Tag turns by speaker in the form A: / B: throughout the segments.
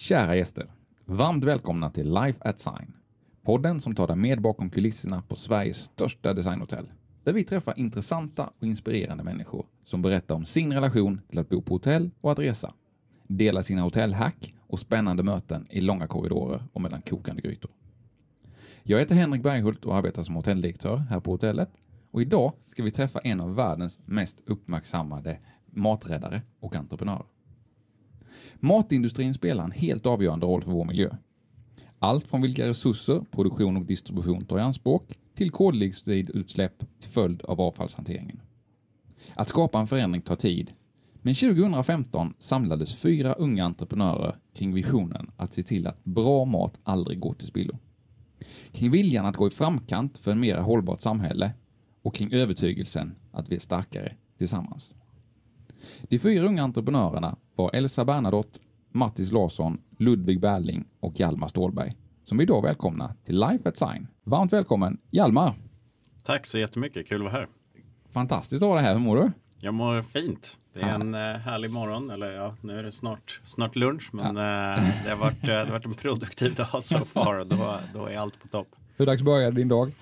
A: Kära gäster, varmt välkomna till Life at Sign. Podden som tar dig med bakom kulisserna på Sveriges största designhotell. Där vi träffar intressanta och inspirerande människor som berättar om sin relation till att bo på hotell och att resa. Delar sina hotellhack och spännande möten i långa korridorer och mellan kokande grytor. Jag heter Henrik Berghult och arbetar som hotelldirektör här på hotellet. Och idag ska vi träffa en av världens mest uppmärksammade maträddare och entreprenörer. Matindustrin spelar en helt avgörande roll för vår miljö. Allt från vilka resurser produktion och distribution tar i anspråk till koldioxidutsläpp till följd av avfallshanteringen. Att skapa en förändring tar tid, men 2015 samlades 4 unga entreprenörer kring visionen att se till att bra mat aldrig går till spillo. Kring viljan att gå i framkant för en mer hållbart samhälle och kring övertygelsen att vi är starkare tillsammans. De 4 unga entreprenörerna var Elsa Bernadotte, Mattis Larsson, Ludvig Berling och Hjalmar Ståhlberg, som idag välkomna till Life at Sign. Varmt välkommen, Hjalmar!
B: Tack så jättemycket, kul att vara här.
A: Fantastiskt att ha dig här, hur mår du?
B: Jag mår fint. Det är en härlig morgon, eller ja, nu är det snart lunch, men det har varit en produktiv dag så far och då är allt på topp.
A: Hur dags började din dag?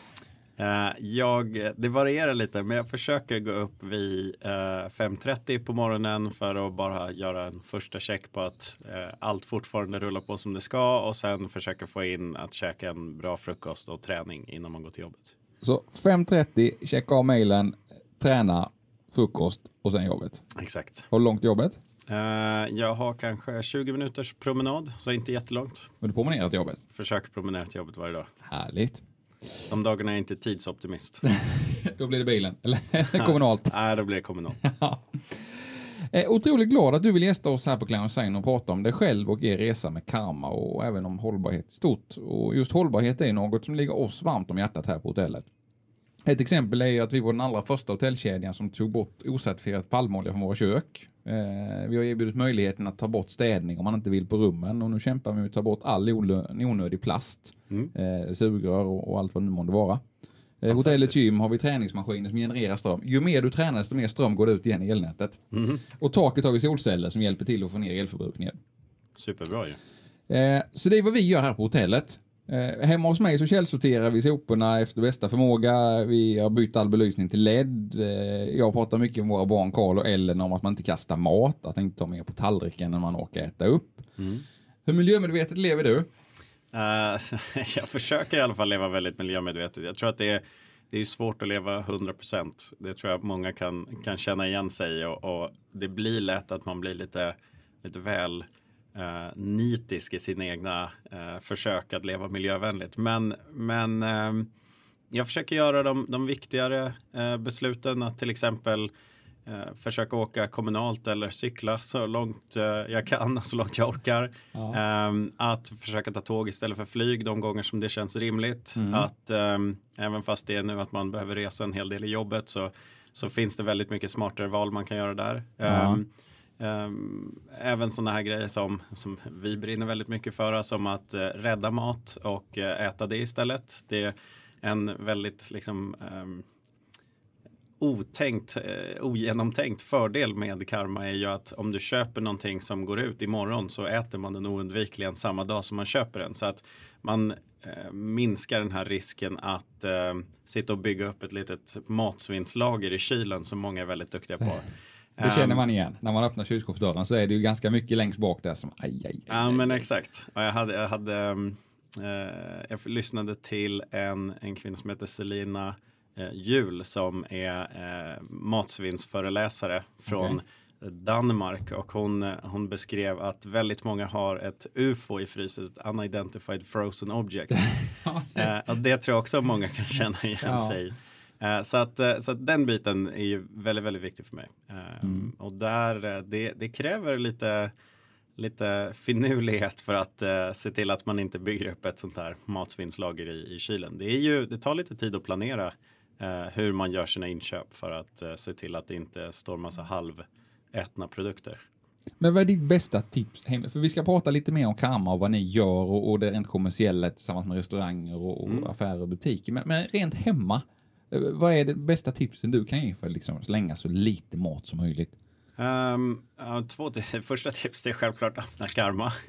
B: Det varierar lite, men jag försöker gå upp vid 5:30 på morgonen för att bara göra en första check på att allt fortfarande rullar på som det ska och sen försöka få in att käka en bra frukost och träning innan man går till jobbet.
A: Så 5:30, checka av mejlen, träna, frukost och sen jobbet.
B: Exakt.
A: Hur långt jobbet?
B: Jag har kanske 20 minuters promenad, så inte jättelångt.
A: Men du promenerar till jobbet?
B: Försöker promenera till jobbet varje dag.
A: Härligt.
B: De dagarna är jag inte tidsoptimist.
A: Då blir det bilen, eller kommunalt?
B: Nej, då blir det kommunalt.
A: Otroligt glad att du vill gästa oss här på Clown Sign och prata om dig själv och er resa med karma och även om hållbarhet i stort. Och just hållbarhet är något som ligger oss varmt om hjärtat här på hotellet. Ett exempel är ju att vi var den allra första hotellkedjan som tog bort ocertifierat palmolja från våra kök. Vi har erbjudit möjligheten att ta bort städning om man inte vill på rummen och nu kämpar vi med att ta bort all onödig plast, sugrör och allt vad det nu måste vara. Hotellets gym har vi träningsmaskiner som genererar ström. Ju mer du tränar desto mer ström går det ut igen i elnätet. Och taket har vi solceller som hjälper till att få ner elförbrukningen.
B: Superbra ju.
A: Så det är vad vi gör här på hotellet. Hemma hos mig så källsorterar vi soporna efter bästa förmåga. Vi har bytt all belysning till LED. Jag pratar mycket med våra barn Karl och Ellen om att man inte kastar mat, att inte ta med på tallriken när man åker äta upp. Hur miljömedvetet lever du?
B: Jag försöker i alla fall leva väldigt miljömedvetet. Jag tror att det är svårt att leva 100%. Det tror jag att många kan känna igen sig och det blir lätt att man blir lite väl nitisk i sina egna försök att leva miljövänligt. Men jag försöker göra de viktigare besluten, att till exempel försöka åka kommunalt eller cykla så långt jag kan, så långt jag orkar. Att försöka ta tåg istället för flyg de gånger som det känns rimligt. Att även fast det är nu att man behöver resa en hel del i jobbet så finns det väldigt mycket smartare val man kan göra där. Även sådana här grejer som vi brinner väldigt mycket för, som att rädda mat och äta det istället. Det är en väldigt ogenomtänkt fördel med karma är ju att om du köper någonting som går ut imorgon så äter man den oundvikligen samma dag som man köper den. Så att man minskar den här risken att sitta och bygga upp ett litet matsvinnslager i kylen som många är väldigt duktiga på.
A: Det känner man igen. När man öppnar kylskåpsdörren så är det ju ganska mycket längst bak där som
B: Ja, men exakt. Och jag lyssnade till en kvinna som heter Selina Jul som är matsvinnsföreläsare från Danmark, och hon beskrev att väldigt många har ett UFO i frysen, ett unidentified frozen object. Och det tror jag också många kan känna igen sig. Så att den biten är ju väldigt, väldigt viktig för mig. Och där det kräver lite finurlighet för att se till att man inte bygger upp ett sånt här matsvinnslager i kylen. Det tar lite tid att planera hur man gör sina inköp för att se till att det inte står massa halvätna produkter.
A: Men vad är ditt bästa tips? För vi ska prata lite mer om karma och vad ni gör och det rent kommersiella tillsammans med restauranger och affärer och butiker. Men rent hemma, vad är det bästa tipsen du kan ge för att liksom slänga så lite mat som möjligt?
B: Första tips är självklart öppna karma.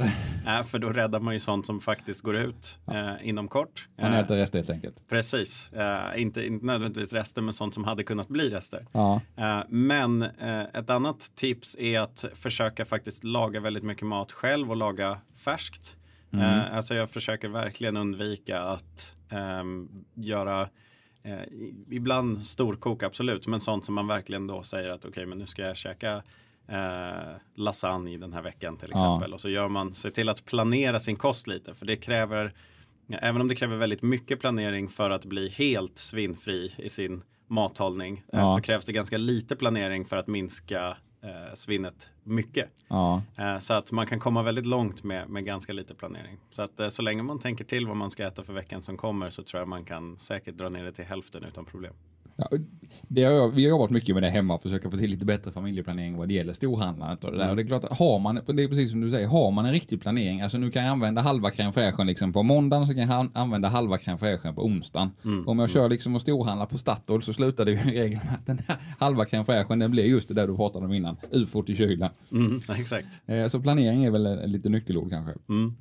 B: För då räddar man ju sånt som faktiskt går ut inom kort.
A: Man äter rester helt enkelt.
B: Precis. Inte nödvändigtvis rester, men sånt som hade kunnat bli rester.
A: Ja.
B: Men ett annat tips är att försöka faktiskt laga väldigt mycket mat själv och laga färskt. Alltså jag försöker verkligen undvika att göra ibland storkok, absolut, men sånt som man verkligen då säger att okej, men nu ska jag käka lasagne den här veckan till exempel. Och så gör man, se till att planera sin kost lite, för det kräver, även om det kräver väldigt mycket planering för att bli helt svinnfri i sin mathållning, så krävs det ganska lite planering för att minska svinnet mycket. Så att man kan komma väldigt långt med ganska lite planering. Så att så länge man tänker till vad man ska äta för veckan som kommer, så tror jag man kan säkert dra ner det till hälften utan problem.
A: Ja, vi har jobbat mycket med det hemma, försöka få till lite bättre familjeplanering vad det gäller storhandlandet och det där. Och det är klart att det är precis som du säger, har man en riktig planering, alltså nu kan jag använda halva crème fraîchen liksom på måndagen, så kan jag använda halva crème fraîchen på onsdagen. Om jag kör liksom och storhandlar på Statoil, så slutar det ju i regel med att den här halva crème fraîchen, den blir just det där du pratade om innan, ufort i kylen.
B: Exakt.
A: Så planering är väl lite nyckelord kanske.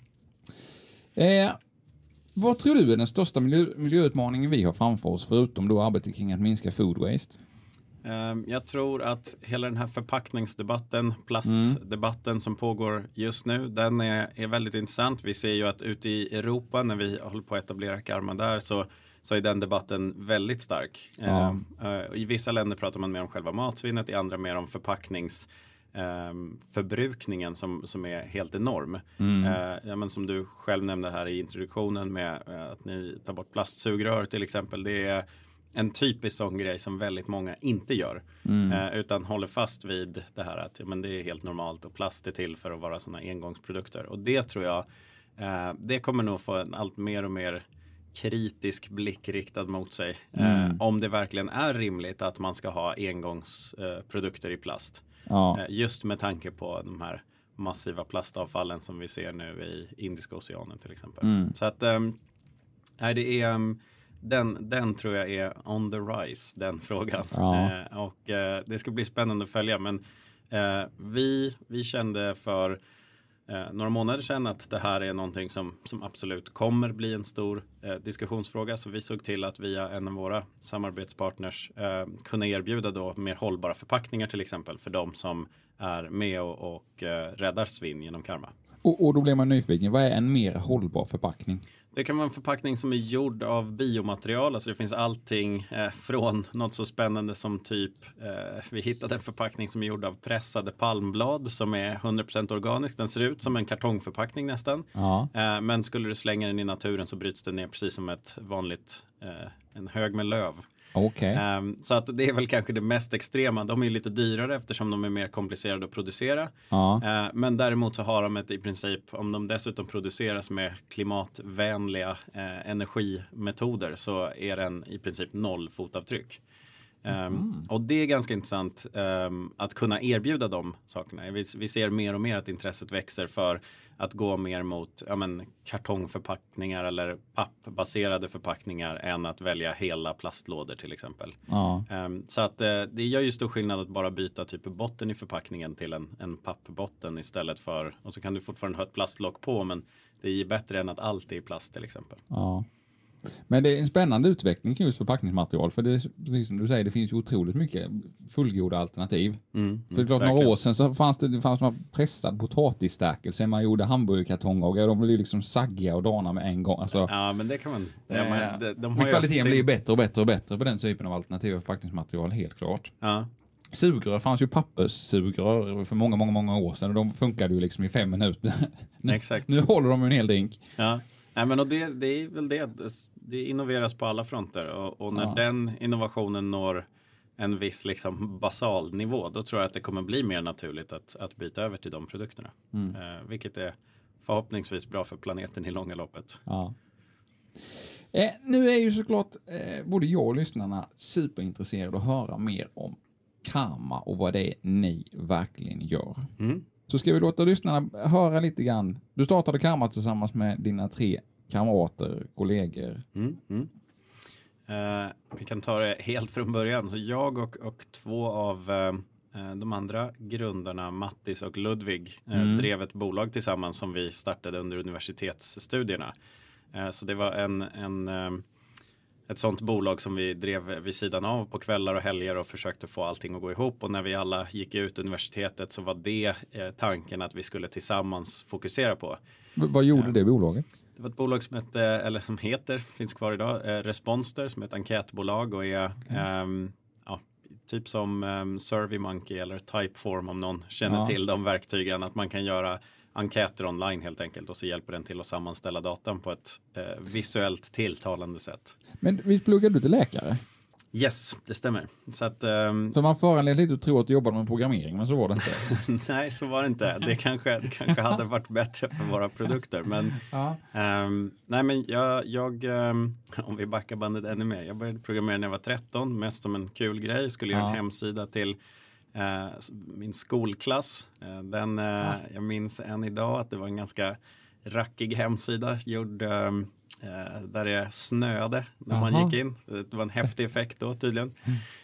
A: Vad tror du är den största miljöutmaningen vi har framför oss, förutom då arbetet kring att minska food waste?
B: Jag tror att hela den här förpackningsdebatten, plastdebatten som pågår just nu, den är väldigt intressant. Vi ser ju att ute i Europa, när vi håller på att etablera Karma där, så är den debatten väldigt stark. I vissa länder pratar man mer om själva matsvinnet, i andra mer om förbrukningen som är helt enorm. Men som du själv nämnde här i introduktionen med att ni tar bort plastsugrör till exempel, det är en typisk sån grej som väldigt många inte gör, utan håller fast vid det här att men det är helt normalt och plast är till för att vara såna engångsprodukter. Och det tror jag det kommer nog få en allt mer och mer kritisk blick riktad mot sig, om det verkligen är rimligt att man ska ha engångsprodukter i plast. Just med tanke på de här massiva plastavfallen som vi ser nu i Indiska oceanen till exempel. Så att det är den tror jag är on the rise, den frågan. Och det ska bli spännande att följa, men vi kände för några månader sedan att det här är någonting som absolut kommer bli en stor diskussionsfråga, så vi såg till att via en av våra samarbetspartners kunna erbjuda då mer hållbara förpackningar till exempel för de som är med och räddar svinn genom Karma.
A: Och då blir man nyfiken, vad är en mer hållbar förpackning?
B: Det kan vara en förpackning som är gjord av biomaterial. Alltså det finns allting från något så spännande som typ vi hittade en förpackning som är gjord av pressade palmblad som är 100% organisk. Den ser ut som en kartongförpackning nästan. Men skulle du slänga den i naturen så bryts den ner precis som ett vanligt en hög med löv. Så att det är väl kanske det mest extrema. De är lite dyrare eftersom de är mer komplicerade att producera. Men däremot så har de ett i princip, om de dessutom produceras med klimatvänliga energimetoder, så är den i princip 0 fotavtryck. Och det är ganska intressant att kunna erbjuda de sakerna. Vi ser mer och mer att intresset växer för att gå mer mot kartongförpackningar eller pappbaserade förpackningar än att välja hela plastlådor till exempel. Så att det gör ju stor skillnad att bara byta typ botten i förpackningen till en pappbotten istället för, och så kan du fortfarande ha ett plastlock på, men det är bättre än att allt är i plast till exempel.
A: Men det är en spännande utveckling kring just förpackningsmaterial, för det är precis som du säger, det finns ju otroligt mycket fullgoda alternativ. För det är klart, några år sedan så fanns det pressad potatisstärkelse man gjorde hamburgerkartonger och de blir liksom saggiga och dana med en gång. Alltså,
B: men det kan man.
A: Men kvaliteten blir bättre och bättre och bättre på den typen av alternativa förpackningsmaterial, helt klart. Sugrör fanns ju papperssugrör för många år sedan och de funkade ju liksom i 5 minuter.
B: Exakt.
A: Nu håller de ju en hel drink.
B: Nej, men och det är väl det innoveras på alla fronter och när den innovationen når en viss liksom basal nivå, då tror jag att det kommer bli mer naturligt att byta över till de produkterna. Vilket är förhoppningsvis bra för planeten i långa loppet.
A: Nu är ju såklart både jag och lyssnarna superintresserade att höra mer om Karma och vad det är ni verkligen gör. Så ska vi låta lyssnarna höra lite grann. Du startade Karma tillsammans med dina 3 kamrater, kollegor.
B: Vi kan ta det helt från början. Så jag och 2 av de andra grundarna, Mattis och Ludvig, drev ett bolag tillsammans som vi startade under universitetsstudierna. Så det var ett sånt bolag som vi drev vid sidan av på kvällar och helger och försökte få allting att gå ihop. Och när vi alla gick ut universitetet så var det tanken att vi skulle tillsammans fokusera på.
A: Vad gjorde det bolaget?
B: Det var ett bolag som heter, finns kvar idag, Responster, som är ett enkätbolag och är typ som SurveyMonkey eller Typeform, om någon känner till de verktygen, att man kan göra enkäter online helt enkelt och så hjälper den till att sammanställa datan på ett visuellt tilltalande sätt.
A: Men visst pluggade du till läkare?
B: Yes, det stämmer.
A: Så man föranleder lite att tro att du jobbade med programmering, men så var det inte.
B: Nej, så var det inte. Det kanske hade varit bättre för våra produkter. Men, nej, men jag om vi backar bandet ännu mer. Jag började programmera när jag var 13, mest som en kul grej. Skulle göra en hemsida till min skolklass. Jag minns än idag att det var en ganska rackig hemsida gjord där det snöade när man gick in. Det var en häftig effekt då tydligen.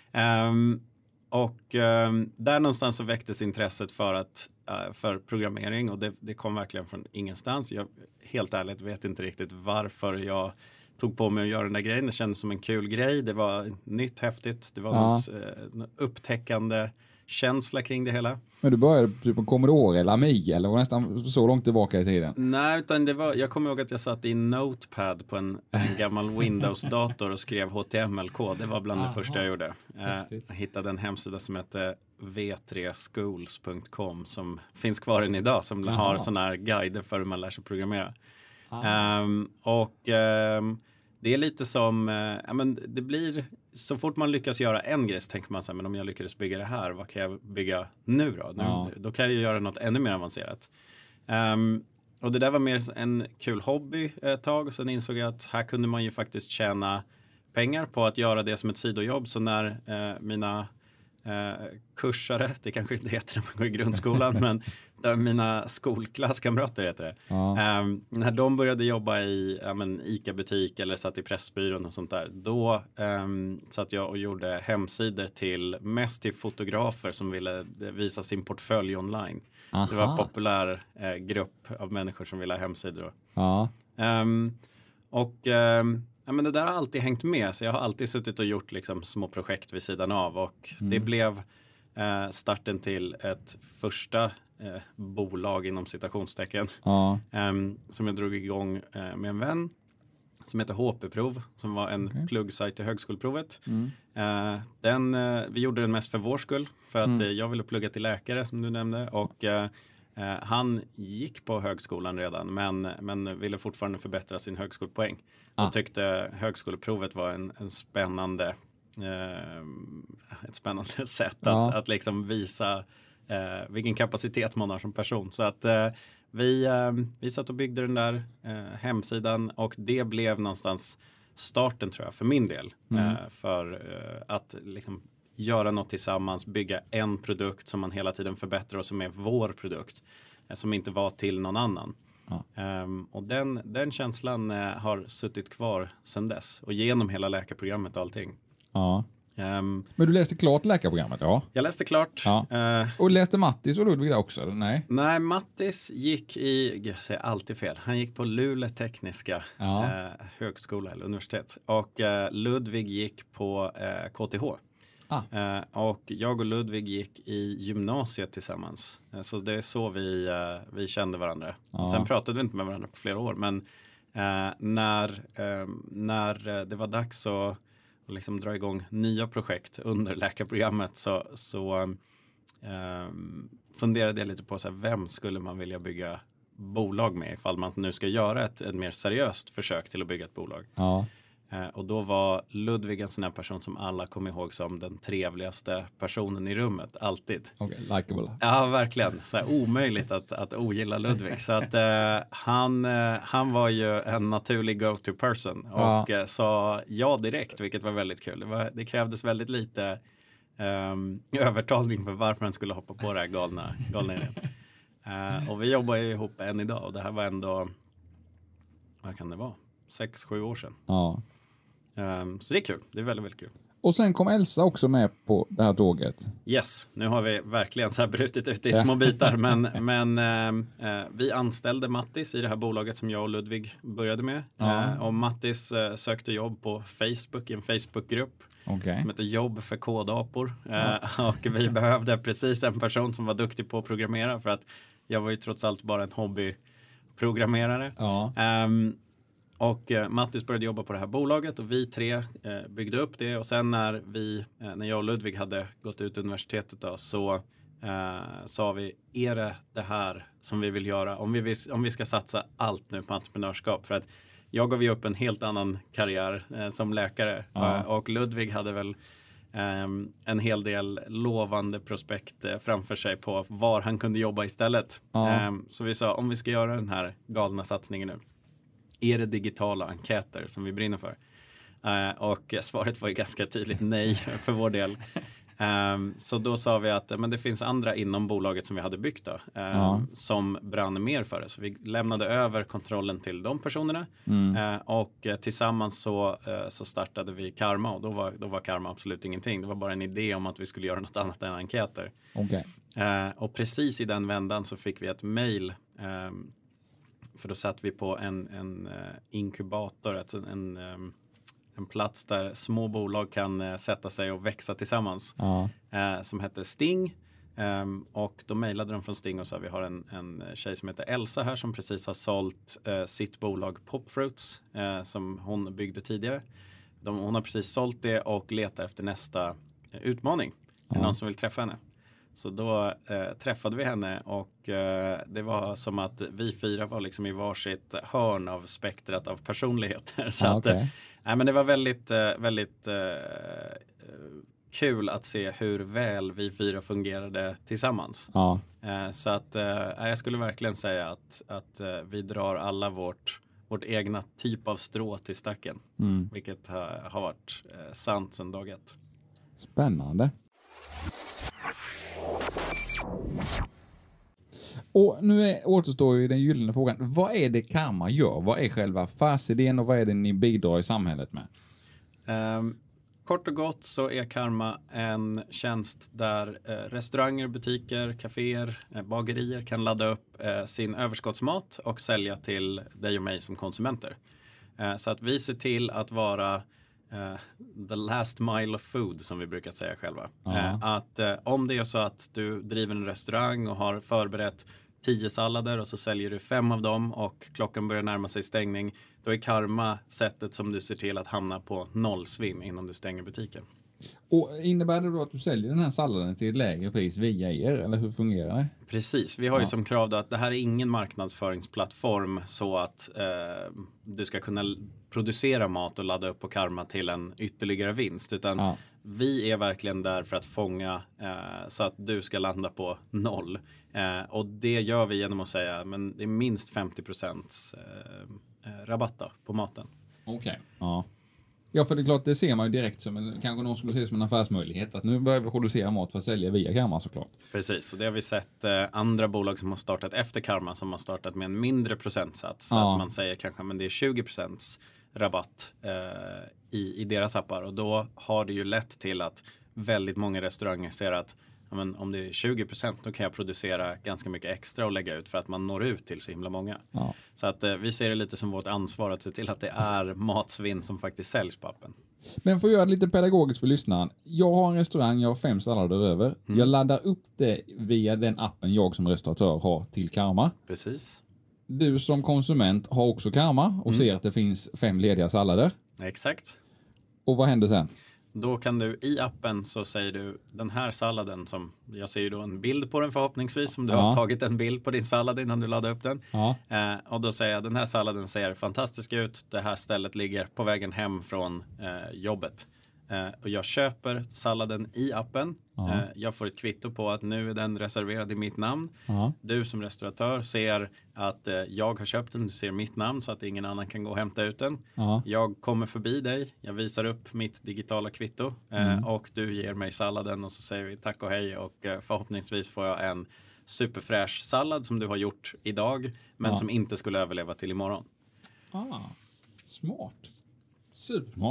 B: Där någonstans så väcktes intresset för programmering och det kom verkligen från ingenstans. Jag helt ärligt vet inte riktigt varför jag tog på mig att göra den där grejen. Det kändes som en kul grej. Det var nytt, häftigt. Det var något upptäckande känsla kring det hela. Men
A: du började typ på Commodore eller Amiga eller var nästan så långt tillbaka i tiden?
B: Nej, utan jag kommer ihåg att jag satt i Notepad på en gammal Windows-dator och skrev HTML-kod. Det var bland det första jag gjorde. Jag hittade en hemsida som hette v3schools.com som finns kvar än idag, som har sådana här guider för hur man lär sig programmera. Det är lite som, det blir, så fort man lyckas göra en grej så tänker man så här, men om jag lyckades bygga det här, vad kan jag bygga nu då? Då kan jag göra något ännu mer avancerat. Och det där var mer en kul hobby ett tag, och sen insåg jag att här kunde man ju faktiskt tjäna pengar på att göra det som ett sidojobb. Så när mina kursare, det kanske inte heter när man går i grundskolan, men där mina skolklasskamrater heter det. När de började jobba i ICA-butik eller satt i Pressbyrån och sånt där, då satt jag och gjorde hemsidor mest till fotografer som ville visa sin portfölj online. Det var en populär grupp av människor som ville ha hemsidor. Men det där har alltid hängt med, så jag har alltid suttit och gjort liksom små projekt vid sidan av, och det blev starten till ett första bolag inom citationstecken som jag drog igång med en vän som heter HP-prov, som var en pluggsajt till högskoleprovet. Vi gjorde den mest för vår skull, för att jag ville plugga till läkare som du nämnde, och han gick på högskolan redan men ville fortfarande förbättra sin högskolepoäng. Och tyckte högskoleprovet var ett spännande sätt att liksom visa vilken kapacitet man har som person. Så att vi satt och byggde den där hemsidan, och det blev någonstans starten, tror jag, för min del. För att liksom göra något tillsammans, bygga en produkt som man hela tiden förbättrar och som är vår produkt, som inte var till någon annan. Och den känslan har suttit kvar sedan dess, och genom hela läkarprogrammet och allting.
A: Men du läste klart läkarprogrammet,
B: Jag läste klart.
A: Och läste Mattis och Ludvig också, eller?
B: Nej, Mattis gick jag säger alltid fel. Han gick på Luleå tekniska högskola eller universitet. Och Ludvig gick på KTH. Och jag och Ludvig gick i gymnasiet tillsammans. Så det är så vi kände varandra. Sen pratade vi inte med varandra på flera år. Men när det var dags att liksom dra igång nya projekt under läkarprogrammet, så funderade jag lite på så här, vem skulle man vilja bygga bolag med ifall man nu ska göra ett mer seriöst försök till att bygga ett bolag. Och då var Ludvig en sån här person som alla kom ihåg som den trevligaste personen i rummet, alltid.
A: Likeable.
B: Ja, verkligen. Så här, omöjligt att ogilla Ludvig. Så att han var ju en naturlig go-to person och sa ja direkt, vilket var väldigt kul. Det krävdes väldigt lite övertalning för varför han skulle hoppa på det här galna idén. Och vi jobbar ju ihop än idag, och det här var ändå, vad kan det vara? 6-7 år sedan. Så det är kul. Det är väldigt, väldigt kul.
A: Och sen kom Elsa också med på det här tåget.
B: Yes, nu har vi verkligen så här brutit ut i små bitar. Men vi anställde Mattis i det här bolaget som jag och Ludvig började med. Och Mattis sökte jobb på Facebook i en Facebookgrupp som heter Jobb för kodapor. Och vi behövde precis en person som var duktig på att programmera, för att jag var ju trots allt bara en hobbyprogrammerare. Och Mattis började jobba på det här bolaget och vi tre byggde upp det. Och sen när jag och Ludvig hade gått ut universitetet då, så sa vi, är det här som vi vill göra? Om vi ska satsa allt nu på entreprenörskap. För att jag gav ju upp en helt annan karriär som läkare. Och Ludvig hade väl en hel del lovande prospekt framför sig på var han kunde jobba istället. Så vi sa, om vi ska göra den här galna satsningen nu, är det digitala enkäter som vi brinner för? Och svaret var ju ganska tydligt nej för vår del. Så då sa vi att men det finns andra inom bolaget som vi hade byggt då, som brann mer för det. Så vi lämnade över kontrollen till de personerna. Och tillsammans så startade vi Karma, och då var Karma absolut ingenting. Det var bara en idé om att vi skulle göra något annat än enkäter. Och precis i den vändan så fick vi ett mejl. För då satt vi på en inkubator, alltså en plats där små bolag kan sätta sig och växa tillsammans. Som hette Sting. Och då mejlade de från Sting och sa, vi har en tjej som heter Elsa här som precis har sålt sitt bolag Popfruits som hon byggde tidigare. Hon har precis sålt det och letar efter nästa utmaning. Är det någon som vill träffa henne? Så då träffade vi henne och det var som att vi fyra var liksom i varsitt hörn av spektrat av personligheter. Så men det var väldigt kul att se hur väl vi fyra fungerade tillsammans. Så att jag skulle verkligen säga att vi drar alla vårt egna typ av strå till stacken. Vilket har varit sant sedan dag ett.
A: Spännande. Och nu återstår ju den gyllene frågan. Vad är det Karma gör? Vad är själva affärsidén och vad är det ni bidrar i samhället med?
B: Kort och gott så är Karma en tjänst där restauranger, butiker, kaféer, bagerier kan ladda upp sin överskottsmat och sälja till dig och mig som konsumenter. Så att vi ser till att vara the last mile of food, som vi brukar säga själva. Att om det är så att du driver en restaurang och har förberett 10 sallader och så säljer du 5 av dem och klockan börjar närma sig stängning, då är Karma sättet som du ser till att hamna på nollsvinn innan du stänger butiken.
A: Och innebär det då att du säljer den här salladen till ett lägre pris via er, eller hur fungerar det?
B: Precis, vi har ju som krav då att det här är ingen marknadsföringsplattform så att du ska kunna producera mat och ladda upp på Karma till en ytterligare vinst, utan vi är verkligen där för att fånga så att du ska landa på 0. Och det gör vi genom att säga, men det är minst 50% rabatt då på maten.
A: Okej. Ja, för det är klart, det ser man ju direkt som kanske någon skulle se som en affärsmöjlighet, att nu börjar vi producera mat för att sälja via Karma såklart.
B: Precis, och det har vi sett andra bolag som har startat efter Karma som har startat med en mindre procentsats. Så att man säger kanske men det är 20% rabatt i deras appar, och då har det ju lett till att väldigt många restauranger ser att men om det är 20% då kan jag producera ganska mycket extra och lägga ut för att man når ut till så himla många. Så att vi ser det lite som vårt ansvar att se till att det är matsvinn som faktiskt säljs på appen.
A: Men för att göra det lite pedagogiskt för lyssnaren. Jag har en restaurang, jag har 5 sallader över. Jag laddar upp det via den appen jag som restauratör har till Karma.
B: Precis.
A: Du som konsument har också Karma och ser att det finns 5 lediga sallader.
B: Exakt.
A: Och vad händer sen?
B: Då kan du i appen så säger du den här salladen som, jag ser ju då en bild på den förhoppningsvis, som du har tagit en bild på din sallad innan du laddar upp den. Och då säger jag den här salladen ser fantastisk ut, det här stället ligger på vägen hem från jobbet. Och jag köper salladen i appen. Jag får ett kvitto på att nu är den reserverad i mitt namn. Du som restauratör ser att jag har köpt den. Du ser mitt namn så att ingen annan kan gå och hämta ut den. Jag kommer förbi dig. Jag visar upp mitt digitala kvitto. Och du ger mig salladen och så säger vi tack och hej. Och förhoppningsvis får jag en superfräsch sallad som du har gjort idag. Men som inte skulle överleva till imorgon.
A: Smart. Supersmart.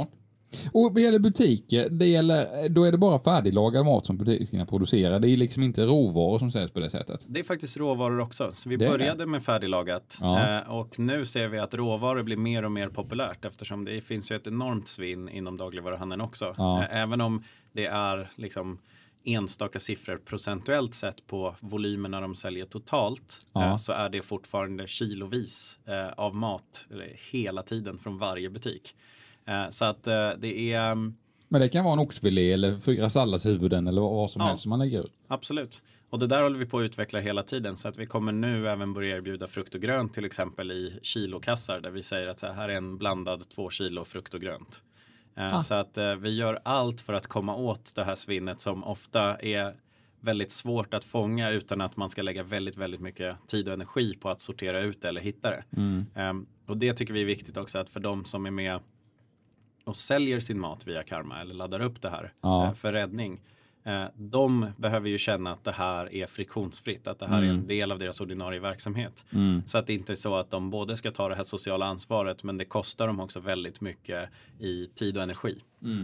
A: Och vad gäller butiker, då är det bara färdiglagad mat som butikerna producerar. Det är liksom inte råvaror som säljs på det sättet.
B: Det är faktiskt råvaror också. Så vi började med färdiglagat.
A: Ja.
B: Och nu ser vi att råvaror blir mer och mer populärt. Eftersom det finns ju ett enormt svinn inom dagligvaruhandeln också.
A: Ja.
B: Även om det är liksom enstaka siffror procentuellt sett på volymerna de säljer totalt. Så är det fortfarande kilovis av mat hela tiden från varje butik. Så att det är...
A: Men det kan vara en oxfilé eller 4 salladshuvuden eller vad som helst som man lägger ut.
B: Absolut. Och det där håller vi på att utveckla hela tiden. Så att vi kommer nu även börja erbjuda frukt och grönt till exempel i kilokassar. Där vi säger att så här är en blandad 2 kilo frukt och grönt. Så att vi gör allt för att komma åt det här svinnet som ofta är väldigt svårt att fånga utan att man ska lägga väldigt, väldigt mycket tid och energi på att sortera ut det eller hitta det. Och det tycker vi är viktigt också, att för de som är med och säljer sin mat via Karma eller laddar upp det här för räddning. De behöver ju känna att det här är friktionsfritt. Att det här är en del av deras ordinarie verksamhet. Så att det inte är så att de både ska ta det här sociala ansvaret, men det kostar dem också väldigt mycket i tid och energi.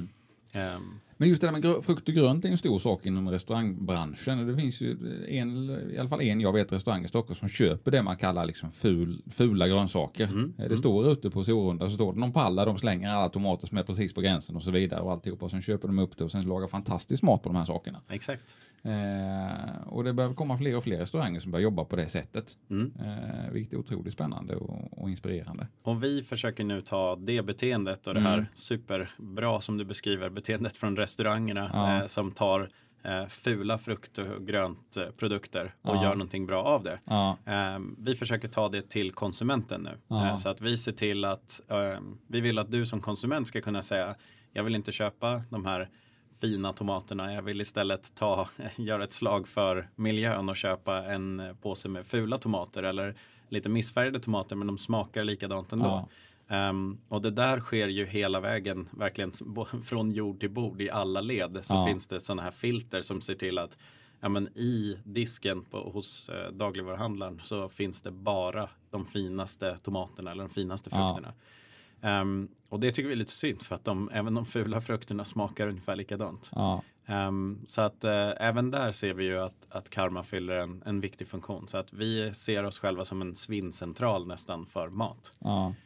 A: Men just det där med frukt och grönt är en stor sak inom restaurangbranschen. Det finns ju i alla fall en jag vet restaurang i Stockholm som köper det man kallar liksom fula grönsaker. Det står ute på Sorunda, så står det någon palla, de slänger alla tomater som är precis på gränsen och så vidare och alltihopa. Och sen köper de upp det och sen lagar fantastisk mat på de här sakerna.
B: Exakt.
A: Och det behöver komma fler och fler restauranger som börjar jobba på det sättet. Vilket är otroligt spännande och inspirerande.
B: Och vi försöker nu ta det beteendet och det här superbra som du beskriver, beteendet från restaurangerna som tar fula frukt och grönt produkter och gör någonting bra av det. Vi försöker ta det till konsumenten nu. Så att vi ser till att vi vill att du som konsument ska kunna säga, jag vill inte köpa de här fina tomaterna. Jag vill istället göra ett slag för miljön och köpa en påse med fula tomater eller lite missfärgade tomater, men de smakar likadant ändå. Och det där sker ju hela vägen, verkligen från jord till bord i alla led. Så finns det sådana här filter som ser till att i disken hos dagligvaruhandlaren så finns det bara de finaste tomaterna eller de finaste frukterna. Och det tycker vi är lite synd, för att även de fula frukterna smakar ungefär likadant. Så att även där ser vi ju att Karma fyller en viktig funktion. Så att vi ser oss själva som en svinncentral nästan för mat.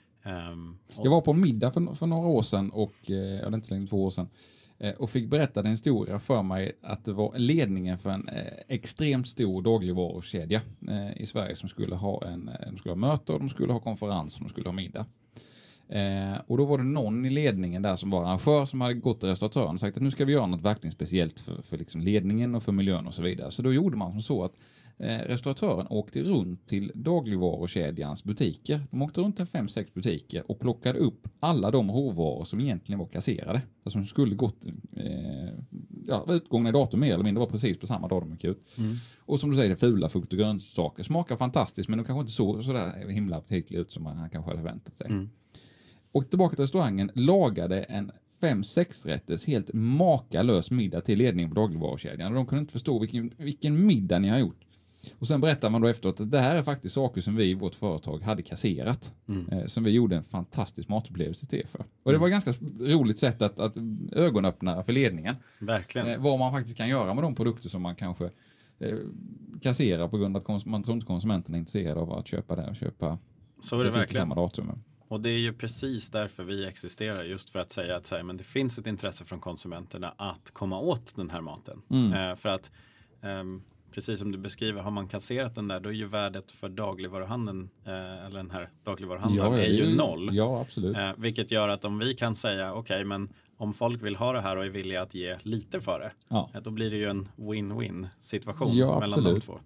A: Jag var på en middag för några år sedan, och det är inte längre 2 år sedan, och fick berätta en historia för mig att det var ledningen för en extremt stor dagligvarukedja i Sverige som skulle ha de skulle ha möte och de skulle ha konferens och de skulle ha middag. Och då var det någon i ledningen där som var arrangör som hade gått till restauratören och sagt att nu ska vi göra något verkligen speciellt för liksom ledningen och för miljön och så vidare. Så då gjorde man som så att restauratören åkte runt till dagligvarukedjans butiker. De åkte runt till 5-6 butiker och plockade upp alla de råvaror som egentligen var kasserade. Alltså som skulle gått utgångna i datum mer eller mindre, var precis på samma dag de gick ut. Och som du säger, fula frukt och grönsaker smakar fantastiskt, men de kanske inte så där himla aptitliga ut som man kanske hade förväntat sig. Och tillbaka till restaurangen, lagade en 5-6 rätters helt makalös middag till ledningen på dagligvarukedjan. De kunde inte förstå vilken middag ni har gjort. Och sen berättar man då efteråt att det här är faktiskt saker som vi i vårt företag hade kasserat. Som vi gjorde en fantastisk matupplevelse till för. Och det var ett ganska roligt sätt att ögonöppna för ledningen.
B: Verkligen.
A: Vad man faktiskt kan göra med de produkter som man kanske kasserar på grund av att man tror inte konsumenten är intresserad av att köpa det och köpa
B: så är det verkligen.
A: Samma datum. Och
B: det är ju precis därför vi existerar, just för att säga att men det finns ett intresse från konsumenterna att komma åt den här maten. För att precis som du beskriver, har man kasserat den där, då är ju värdet för dagligvaruhandeln eller den här dagligvaruhandeln är ju 0.
A: Ja, absolut.
B: Vilket gör att om vi kan säga okej, men om folk vill ha det här och är villiga att ge lite för det, då blir det ju en win-win situation mellan de två.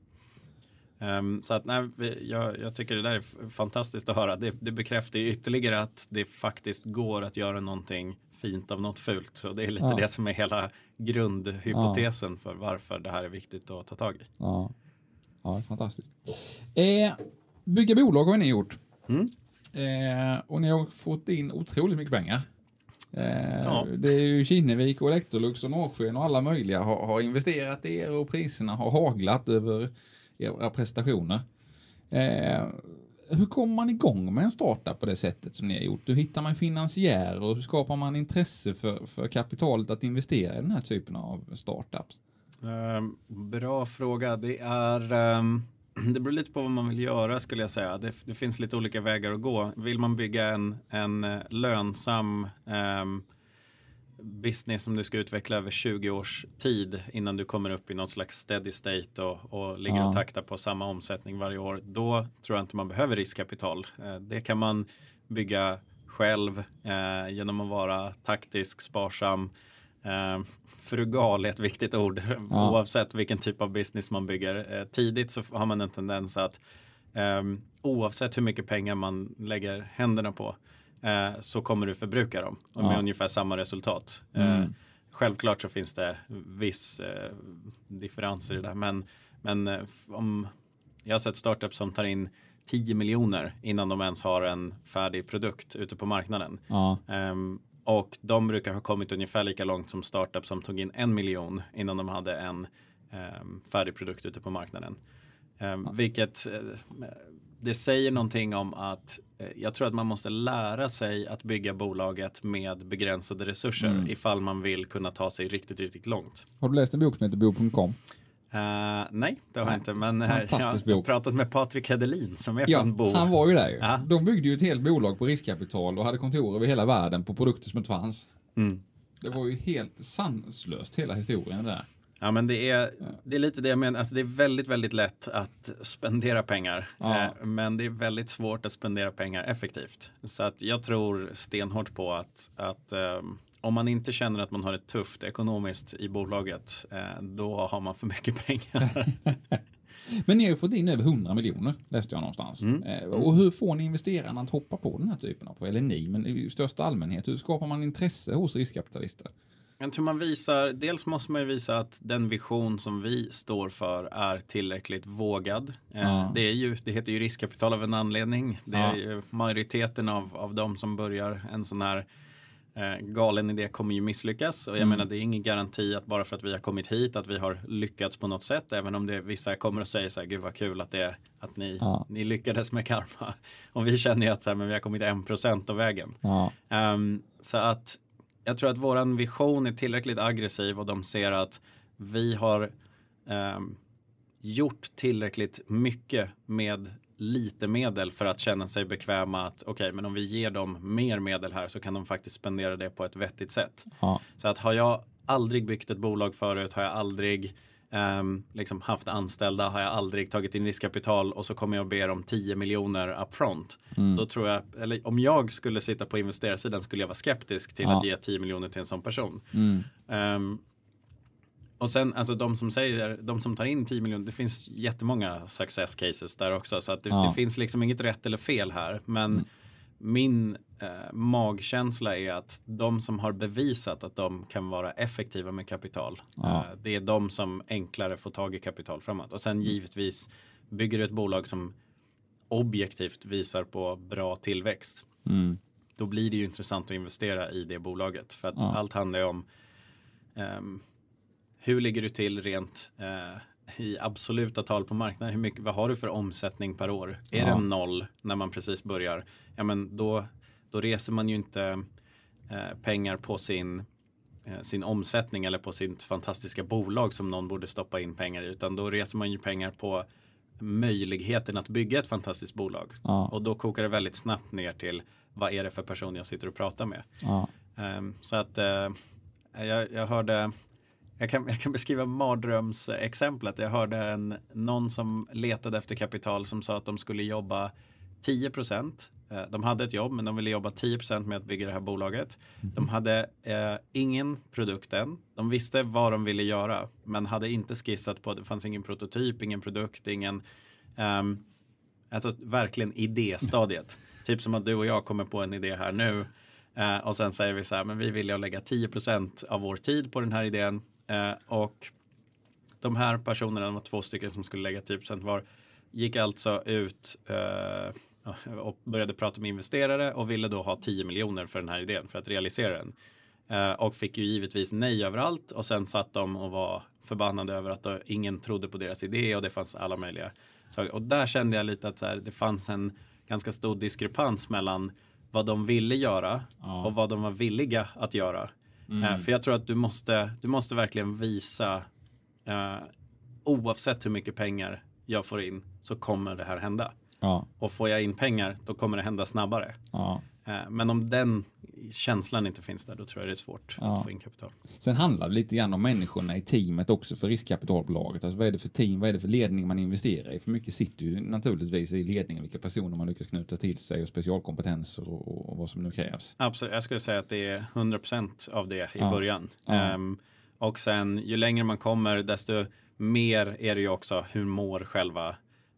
B: Så att jag tycker det där är fantastiskt att höra. Det bekräftar ju ytterligare att det faktiskt går att göra någonting fint av något fult. Och det är lite det som är hela grundhypotesen för varför det här är viktigt att ta tag i.
A: Ja, fantastiskt. Bygga bolag har ni gjort. Och ni har fått in otroligt mycket pengar. Det är ju Kinnevik och Electrolux och Norrsken och alla möjliga har investerat i er, och priserna har haglat över era prestationer. hur kommer man igång med en startup på det sättet som ni har gjort? Hur hittar man finansiärer och hur skapar man intresse för kapitalet att investera i den här typen av startups?
B: Bra fråga. Det beror lite på vad man vill göra skulle jag säga. Det finns lite olika vägar att gå. Vill man bygga en lönsam business som du ska utveckla över 20 års tid innan du kommer upp i något slags steady state och ligger och taktar på samma omsättning varje år, då tror jag inte man behöver riskkapital. Det kan man bygga själv genom att vara taktisk, sparsam. Frugal är ett viktigt ord oavsett vilken typ av business man bygger. Tidigt så har man en tendens att oavsett hur mycket pengar man lägger händerna på så kommer du förbruka dem med ungefär samma resultat. Självklart så finns det viss differenser i det där, men om jag har sett startups som tar in 10 miljoner innan de ens har en färdig produkt ute på marknaden. Och de brukar ha kommit ungefär lika långt som startups som tog in 1 miljon innan de hade en färdig produkt ute på marknaden. Vilket det säger någonting om att jag tror att man måste lära sig att bygga bolaget med begränsade resurser ifall man vill kunna ta sig riktigt, riktigt långt.
A: Har du läst en bok som heter Bo.com?
B: Nej, det har jag inte. Men jag har pratat med Patrik Hedelin som är från Bo.
A: Han var ju där ju. Ja. De byggde ju ett helt bolag på riskkapital och hade kontor över hela världen på produkter som inte fanns. Det var ju helt sanslöst hela historien där.
B: Ja, men det är lite det jag menar. Alltså det är väldigt, väldigt lätt att spendera pengar. Men det är väldigt svårt att spendera pengar effektivt. Så att jag tror stenhårt på att om man inte känner att man har det tufft ekonomiskt i bolaget, då har man för mycket pengar.
A: Men ni har ju fått in över 100 miljoner, läste jag någonstans. Och hur får ni investerarna att hoppa på den här typen av, eller ni, men i största allmänhet, hur skapar man intresse hos riskkapitalister?
B: Jag tror dels måste man ju visa att den vision som vi står för är tillräckligt vågad. Det heter ju riskkapital av en anledning. Det är ju majoriteten av de som börjar en sån här galen idé kommer ju misslyckas. Och jag menar, det är ingen garanti att bara för att vi har kommit hit att vi har lyckats på något sätt. Även om vissa kommer och säger så här, gud vad kul att ni lyckades med Karma. Och vi känner ju att så här, men vi har kommit 1% av vägen. Så att jag tror att våran vision är tillräckligt aggressiv och de ser att vi har gjort tillräckligt mycket med lite medel för att känna sig bekväma att okej, men om vi ger dem mer medel här så kan de faktiskt spendera det på ett vettigt sätt. Så att har jag aldrig byggt ett bolag förut, har jag aldrig liksom haft anställda, har jag aldrig tagit in riskkapital och så kommer jag be om 10 miljoner upfront. Då tror jag, eller om jag skulle sitta på investerarsidan skulle jag vara skeptisk till att ge 10 miljoner till en sån person. Och sen, alltså de som tar in 10 miljoner, det finns jättemånga success cases där också. Så att det finns liksom inget rätt eller fel här. Men min magkänsla är att de som har bevisat att de kan vara effektiva med kapital, det är de som enklare får tag i kapital framåt. Och sen givetvis bygger du ett bolag som objektivt visar på bra tillväxt. Då blir det ju intressant att investera i det bolaget. För att allt handlar om hur ligger du till rent i absoluta tal på marknaden? Vad har du för omsättning per år? Är det 0 när man precis börjar? Ja, men då reser man ju inte pengar på sin omsättning eller på sitt fantastiska bolag som någon borde stoppa in pengar i. Utan då reser man ju pengar på möjligheten att bygga ett fantastiskt bolag. Och då kokar det väldigt snabbt ner till vad är det för person jag sitter och pratar med. Så att jag hörde... Jag kan beskriva mardrömsexemplet. Jag hörde någon som letade efter kapital som sa att de skulle jobba 10%. De hade ett jobb men de ville jobba 10% med att bygga det här bolaget. De hade ingen produkt än. De visste vad de ville göra men hade inte skissat på, det fanns ingen prototyp, ingen produkt, alltså verkligen idéstadiet. Typ som att du och jag kommer på en idé här nu och sen säger vi så här, men vi vill ju lägga 10% av vår tid på den här idén. Och de här personerna, de var 2 stycken som skulle lägga 10% var, gick alltså ut och började prata med investerare och ville då ha 10 miljoner för den här idén för att realisera den. Och fick ju givetvis nej överallt och sen satt de och var förbannade över att ingen trodde på deras idé och det fanns alla möjliga saker. Och där kände jag lite att så här, det fanns en ganska stor diskrepans mellan vad de ville göra och vad de var villiga att göra. För jag tror att du måste verkligen visa oavsett hur mycket pengar jag får in så kommer det här hända.
A: Ja.
B: Och får jag in pengar då kommer det hända snabbare.
A: Ja.
B: Men om den känslan inte finns där, då tror jag det är svårt att få in kapital.
A: Sen handlar det lite grann om människorna i teamet också för riskkapitalbolaget. Alltså vad är det för team, vad är det för ledning man investerar i? För mycket sitter ju naturligtvis i ledningen, vilka personer man lyckas knyta till sig och specialkompetenser och vad som nu krävs.
B: Absolut, jag skulle säga att det är 100% av det i början. Och sen ju längre man kommer, desto mer är det ju också hur mår själva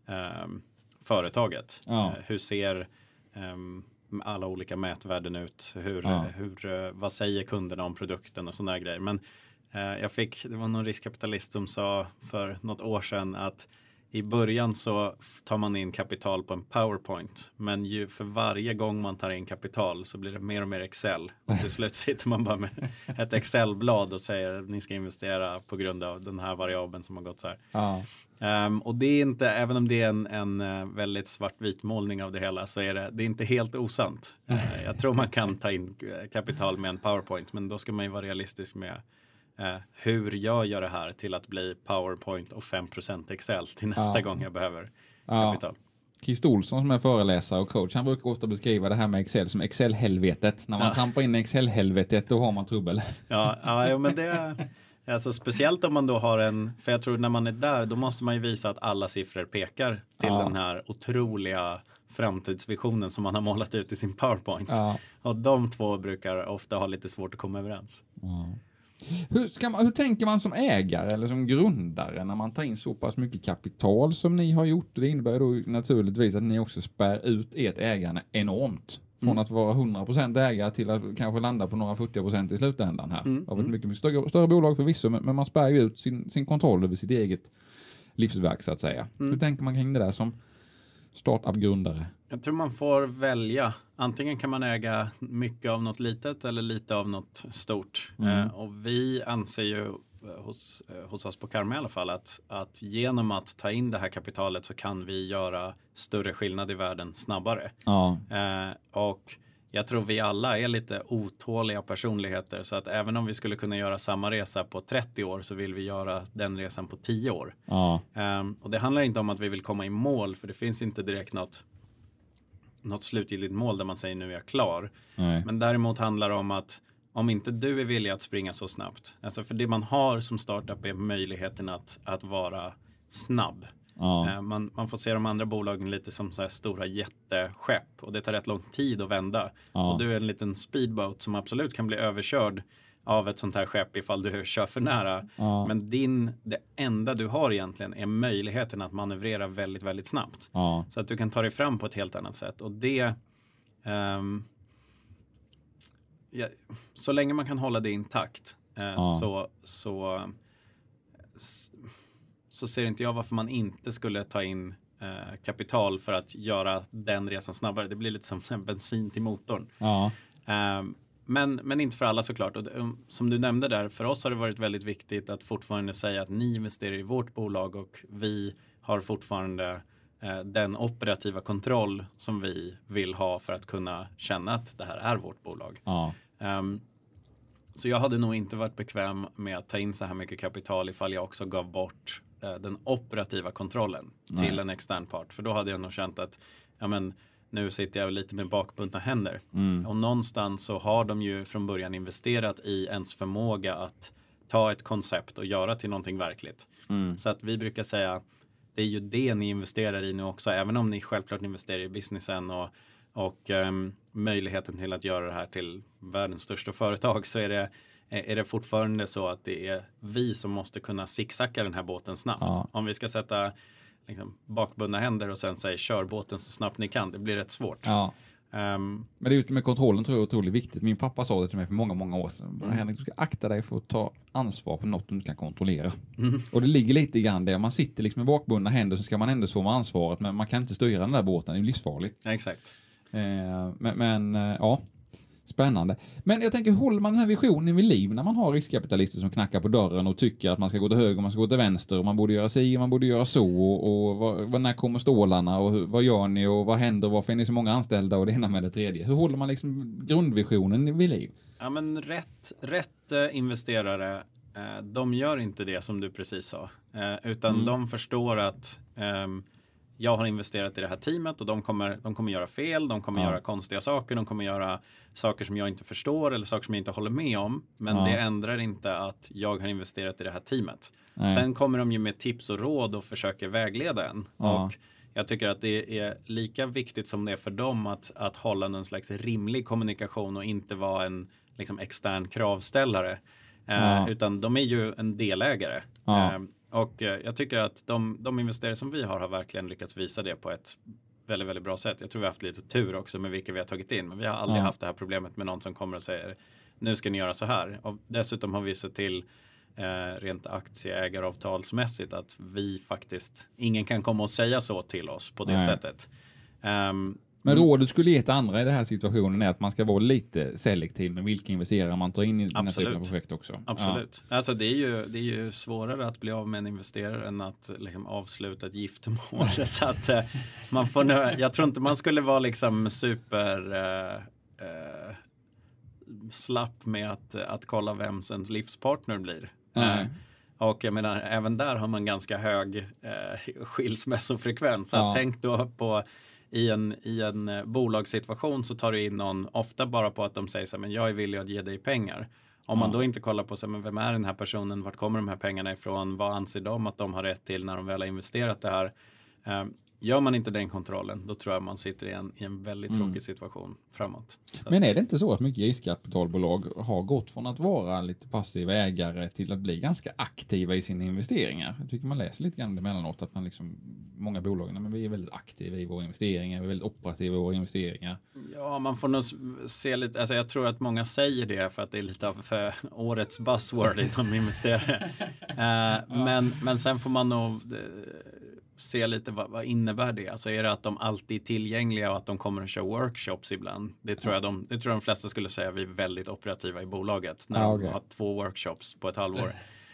B: företaget. Hur ser alla olika mätvärden ut? Vad säger kunderna om produkten och sådana grejer. Men det var någon riskkapitalist som sa för något år sedan att i början så tar man in kapital på en PowerPoint. Men ju för varje gång man tar in kapital så blir det mer och mer Excel. Och till slut sitter man bara med ett Excel-blad och säger att ni ska investera på grund av den här variabeln som har gått så här. Och det är inte, även om det är en väldigt svartvit målning av det hela, så är det är inte helt osant. Jag tror man kan ta in kapital med en PowerPoint, men då ska man ju vara realistisk med hur jag gör det här till att bli PowerPoint och 5% Excel till nästa gång jag behöver kapital.
A: Christer Olsson som är föreläsare och coach, han brukar ofta beskriva det här med Excel som Excel-helvetet. När man trampar in Excel-helvetet, då har man trubbel.
B: Ja, men det alltså speciellt om man då har för jag tror när man är där, då måste man ju visa att alla siffror pekar till den här otroliga framtidsvisionen som man har målat ut i sin PowerPoint. Och de två brukar ofta ha lite svårt att komma överens.
A: Hur tänker man som ägare eller som grundare när man tar in så pass mycket kapital som ni har gjort? Det innebär då naturligtvis att ni också spär ut ert ägande enormt. Från att vara 100% ägare till att kanske landa på några 40% i slutändan här. Av ett mycket större bolag förvisso, men man spär ju ut sin kontroll över sitt eget livsverk så att säga. Hur tänker man kring det där som startup-grundare?
B: Jag tror man får välja. Antingen kan man äga mycket av något litet eller lite av något stort. Och vi anser ju hos oss på Karma i alla fall att genom att ta in det här kapitalet så kan vi göra större skillnad i världen snabbare. Och jag tror vi alla är lite otåliga personligheter, så att även om vi skulle kunna göra samma resa på 30 år så vill vi göra den resan på 10 år. Och det handlar inte om att vi vill komma i mål, för det finns inte direkt något slutgiltigt mål där man säger nu är jag klar. Men däremot handlar det om att om inte du är villig att springa så snabbt. Alltså för det man har som startup är möjligheten att vara snabb. Man får se de andra bolagen lite som så här stora jätteskepp. Och det tar rätt lång tid att vända. Och du är en liten speedboat som absolut kan bli överkörd av ett sånt här skepp ifall du kör för nära. Men det enda du har egentligen är möjligheten att manövrera väldigt, väldigt snabbt. Så att du kan ta dig fram på ett helt annat sätt. Och det... så länge man kan hålla det intakt så ser inte jag varför man inte skulle ta in kapital för att göra den resan snabbare. Det blir lite som en bensin till motorn. Men inte för alla såklart. Och som du nämnde där, för oss har det varit väldigt viktigt att fortfarande säga att ni investerar i vårt bolag och vi har fortfarande den operativa kontroll som vi vill ha för att kunna känna att det här är vårt bolag. Så jag hade nog inte varit bekväm med att ta in så här mycket kapital ifall jag också gav bort den operativa kontrollen till en extern part. För då hade jag nog känt att nu sitter jag lite med bakbundna händer. Och någonstans så har de ju från början investerat i ens förmåga att ta ett koncept och göra till någonting verkligt. Så att vi brukar säga det är ju det ni investerar i nu också. Även om ni självklart investerar i businessen och möjligheten till att göra det här till världens största företag, så är det fortfarande så att det är vi som måste kunna zigzacka den här båten snabbt. Om vi ska sätta bakbundna händer och sen säga kör båten så snabbt ni kan, det blir rätt svårt.
A: Men det är ju med kontrollen tror jag är otroligt viktigt. Min pappa sa det till mig för många, många år sedan. Henrik, du ska akta dig för att ta ansvar för något du inte kan kontrollera. Och det ligger lite grann där. Man sitter med bakbundna händer så ska man ändå sova ansvaret, men man kan inte styra den där båten. Det är livsfarligt.
B: Exakt.
A: Men Spännande. Men jag tänker, håller man den här visionen vid liv när man har riskkapitalister som knackar på dörren och tycker att man ska gå till höger och man ska gå till vänster och man borde göra si och man borde göra så och när kommer stålarna och vad gör ni och vad händer och varför är ni så många anställda och det ena med det tredje? Hur håller man liksom grundvisionen vid liv?
B: Ja, men rätt investerare, de gör inte det som du precis sa. Utan de förstår att jag har investerat i det här teamet och de kommer göra fel, de kommer göra konstiga saker, de kommer göra saker som jag inte förstår eller saker som jag inte håller med om. Men det ändrar inte att jag har investerat i det här teamet. Sen kommer de ju med tips och råd och försöker vägleda en. Och jag tycker att det är lika viktigt som det är för dem att hålla någon slags rimlig kommunikation och inte vara en liksom extern kravställare. Utan de är ju en delägare. Och jag tycker att de investerare som vi har verkligen lyckats visa det på ett väldigt, väldigt bra sätt. Jag tror vi har haft lite tur också med vilka vi har tagit in. Men vi har aldrig haft det här problemet med någon som kommer och säger nu ska ni göra så här. Och dessutom har vi sett till rent aktieägaravtalsmässigt att vi faktiskt, ingen kan komma och säga så till oss på det sättet.
A: Men rådet skulle ge till andra i den här situationen är att man ska vara lite selektiv med vilka investerare man tar in i den här typen av projekt också.
B: Absolut. Alltså det är ju svårare att bli av med en investerare än att liksom avsluta ett giftermål. Så att man får jag tror inte man skulle vara liksom super slapp med att kolla vem ens livspartner blir. Och jag menar, även där har man ganska hög skilsmässofrekvens. Så tänk då på i en bolagssituation så tar du in någon ofta bara på att de säger så här, men jag är villig att ge dig pengar. Om man då inte kollar på så här, men vem är den här personen, vart kommer de här pengarna ifrån, vad anser de att de har rätt till när de väl har investerat det här. Gör man inte den kontrollen, då tror jag man sitter i en väldigt tråkig situation framåt. Så.
A: Men är det inte så att mycket riskkapitalbolag har gått från att vara lite passiva ägare till att bli ganska aktiva i sina investeringar? Jag tycker man läser lite grann emellanåt att man liksom, många bolag, men vi är väldigt aktiva i våra investeringar, vi är väldigt operativa i våra investeringar. Ja,
B: man får nog se lite, alltså jag tror att många säger det för att det är lite av årets buzzword inom investerare. Men sen får man nog se lite vad innebär det. Alltså är det att de alltid är tillgängliga och att de kommer att köra workshops ibland. Det tror jag de flesta skulle säga vi är väldigt operativa i bolaget. När de har 2 workshops på ett halvår.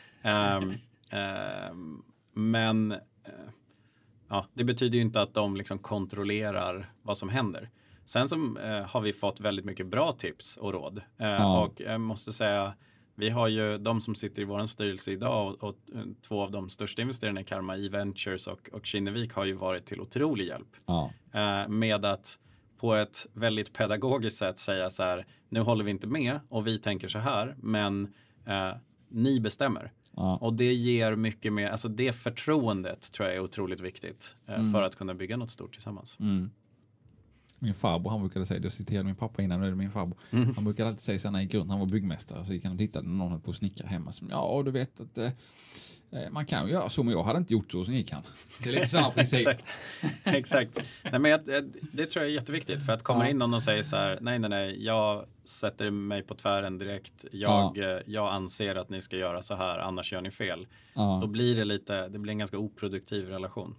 B: Men det betyder ju inte att de liksom kontrollerar vad som händer. Sen så har vi fått väldigt mycket bra tips och råd. Och jag måste säga, vi har ju de som sitter i vår styrelse idag och 2 av de största investerarna i Karma, E-Ventures och Kinnevik har ju varit till otrolig hjälp. Med att på ett väldigt pedagogiskt sätt säga så här, nu håller vi inte med och vi tänker så här, men ni bestämmer. Och det ger mycket mer, alltså det förtroendet tror jag är otroligt viktigt för att kunna bygga något stort tillsammans.
A: Min farbror, han brukade säga, jag citerade min pappa innan, nu är det min farbror. Han brukade alltid säga så när i grund, han var byggmästare, så gick han och tittade när någon höll på att snickra hemma. Som, du vet att man kan ju göra så, men jag hade inte gjort så, sen gick han. Det är lite samma princip.
B: Exakt. Nej, men det tror jag är jätteviktigt, för att kommer in någon och säger så här, nej, jag sätter mig på tvären direkt. Jag anser att ni ska göra så här, annars gör ni fel. Då blir det blir en ganska oproduktiv relation.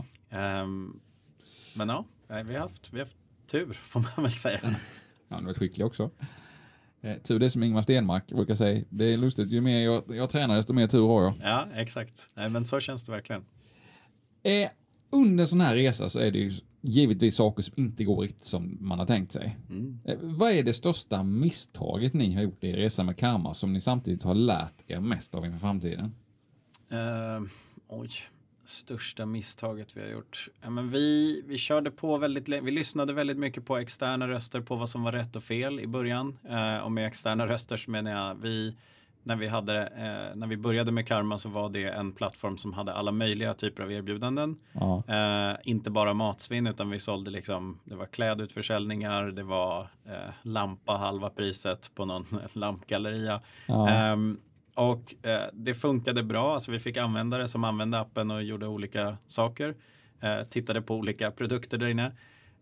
B: Men vi har haft tur, får man väl säga.
A: Du har varit skicklig också. Tur det som Ingmar Stenmark brukar säga. Det är lustigt, ju mer jag tränar desto mer tur har jag.
B: Ja, exakt. Nej, men så känns det verkligen.
A: Under en sån här resa så är det ju givetvis saker som inte går riktigt som man har tänkt sig. Vad är det största misstaget ni har gjort i er resa med Karma som ni samtidigt har lärt er mest av inför framtiden?
B: Största misstaget vi har gjort. Men vi körde på vi lyssnade väldigt mycket på externa röster på vad som var rätt och fel i början. Och med externa röster så menar jag när vi började med Karma så var det en plattform som hade alla möjliga typer av erbjudanden. Inte bara matsvinn, utan vi sålde liksom, det var klädutförsäljningar, det var lampa halva priset på någon lampgalleria. Och det funkade bra, alltså vi fick användare som använde appen och gjorde olika saker. Tittade på olika produkter där inne.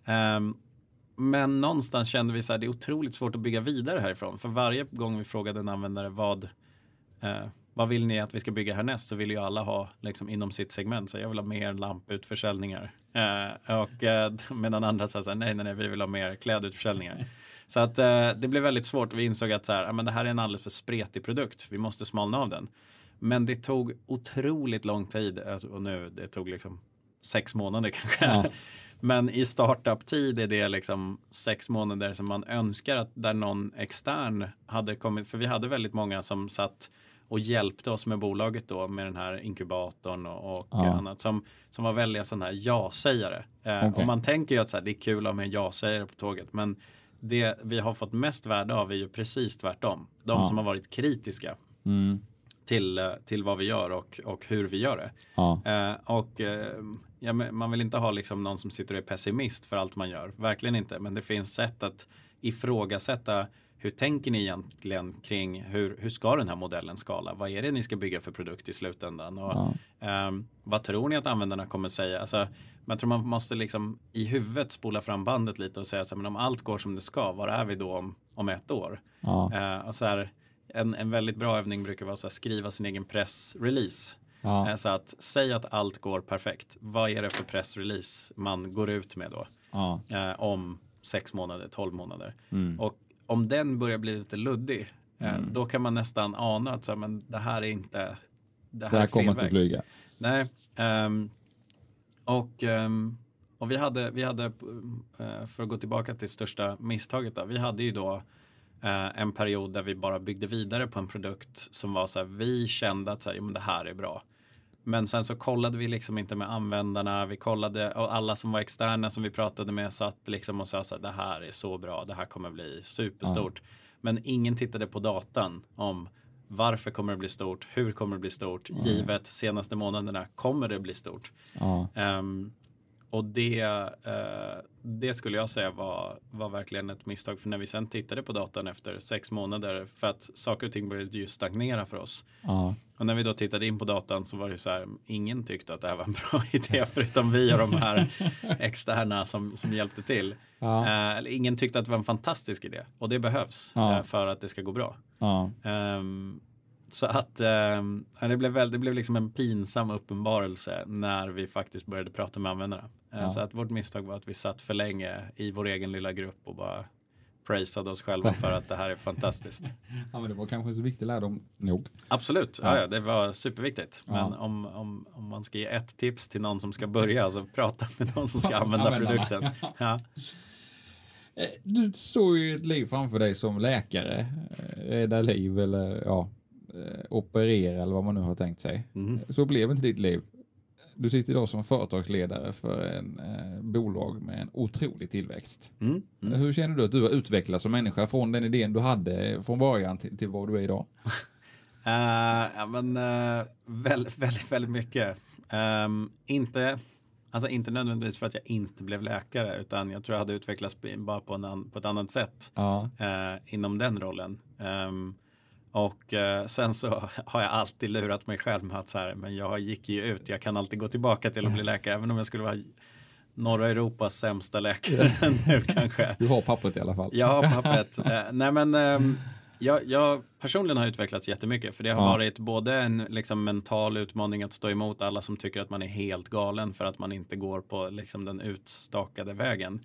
B: Men någonstans kände vi så här, det är otroligt svårt att bygga vidare härifrån. För varje gång vi frågade en användare vad vill ni att vi ska bygga härnäst, så vill ju alla ha liksom, inom sitt segment. Så jag vill ha mer lamputförsäljningar. Medan andra sa så här, nej, vi vill ha mer klädutförsäljningar. Så att det blev väldigt svårt. Vi insåg att så här, men det här är en alldeles för spretig produkt. Vi måste smalna av den. Men det tog otroligt lång tid. Och nu, det tog liksom 6 månader kanske. Ja. Men i startup-tid är det liksom 6 månader som man önskar att där någon extern hade kommit. För vi hade väldigt många som satt och hjälpte oss med bolaget då med den här inkubatorn och annat som var väldigt sådana här ja-sägare. Och man tänker ju att så här, det är kul att ha med ja-sägare på tåget, men det vi har fått mest värde av är ju precis tvärtom. De som har varit kritiska till vad vi gör och hur vi gör det. Man vill inte ha liksom någon som sitter och är pessimist för allt man gör. Verkligen inte. Men det finns sätt att ifrågasätta. Hur tänker ni egentligen kring hur ska den här modellen skala? Vad är det ni ska bygga för produkt i slutändan? Och, vad tror ni att användarna kommer säga? Alltså, jag tror man måste liksom i huvudet spola fram bandet lite och säga så här, men om allt går som det ska, var är vi då om 1 år? Och så här, en väldigt bra övning brukar vara att skriva sin egen pressrelease. Så att säg att allt går perfekt. Vad är det för pressrelease man går ut med då? Om 6 månader, 12 månader. Och om den börjar bli lite luddig, då kan man nästan ana att så, men det här är inte... Det här
A: kommer inte flyga.
B: Nej. Och vi hade för att gå tillbaka till största misstaget då, vi hade ju då en period där vi bara byggde vidare på en produkt som var så här, vi kände att så här, men det här är bra. Men sen så kollade vi liksom inte med användarna, vi kollade och alla som var externa som vi pratade med satt liksom och sa så här, det här är så bra, det här kommer bli superstort. Men ingen tittade på datan om varför kommer det bli stort, hur kommer det bli stort, givet senaste månaderna kommer det bli stort. Och det skulle jag säga var verkligen ett misstag. För när vi sen tittade på datan efter 6 månader, för att saker och ting började ju stagnera för oss. Och när vi då tittade in på datan så var det så här, ingen tyckte att det här var en bra idé förutom vi och de här externa som hjälpte till. Eller ingen tyckte att det var en fantastisk idé. Och det behövs för att det ska gå bra. Så att det blev liksom en pinsam uppenbarelse när vi faktiskt började prata med användarna. Så att vårt misstag var att vi satt för länge i vår egen lilla grupp och bara praisade oss själva för att det här är fantastiskt.
A: Ja, men det var kanske så viktig lärdom nog.
B: Absolut, ja, det var superviktigt. Men om man ska ge ett tips till någon som ska börja, så prata med någon som ska använda produkten. Ja.
A: Du såg ju ett liv framför dig som läkare. Rädda liv eller operera eller vad man nu har tänkt sig. Så blev inte ditt liv. Du sitter idag som företagsledare för en bolag med en otrolig tillväxt. Hur känner du att du har utvecklats som människa från den idén du hade från början till vad du är idag?
B: Väldigt, väldigt, väldigt mycket. Inte nödvändigtvis för att jag inte blev läkare, utan jag tror jag hade utvecklats bara på ett annat sätt inom den rollen. Och sen så har jag alltid lurat mig själv med att så här, men jag gick ju ut, jag kan alltid gå tillbaka till att bli läkare, även om jag skulle vara norra Europas sämsta läkare nu kanske.
A: Du har pappret i alla fall.
B: Jag har pappret. Jag personligen har utvecklats jättemycket, för det har varit både en liksom mental utmaning att stå emot alla som tycker att man är helt galen för att man inte går på liksom den utstakade vägen.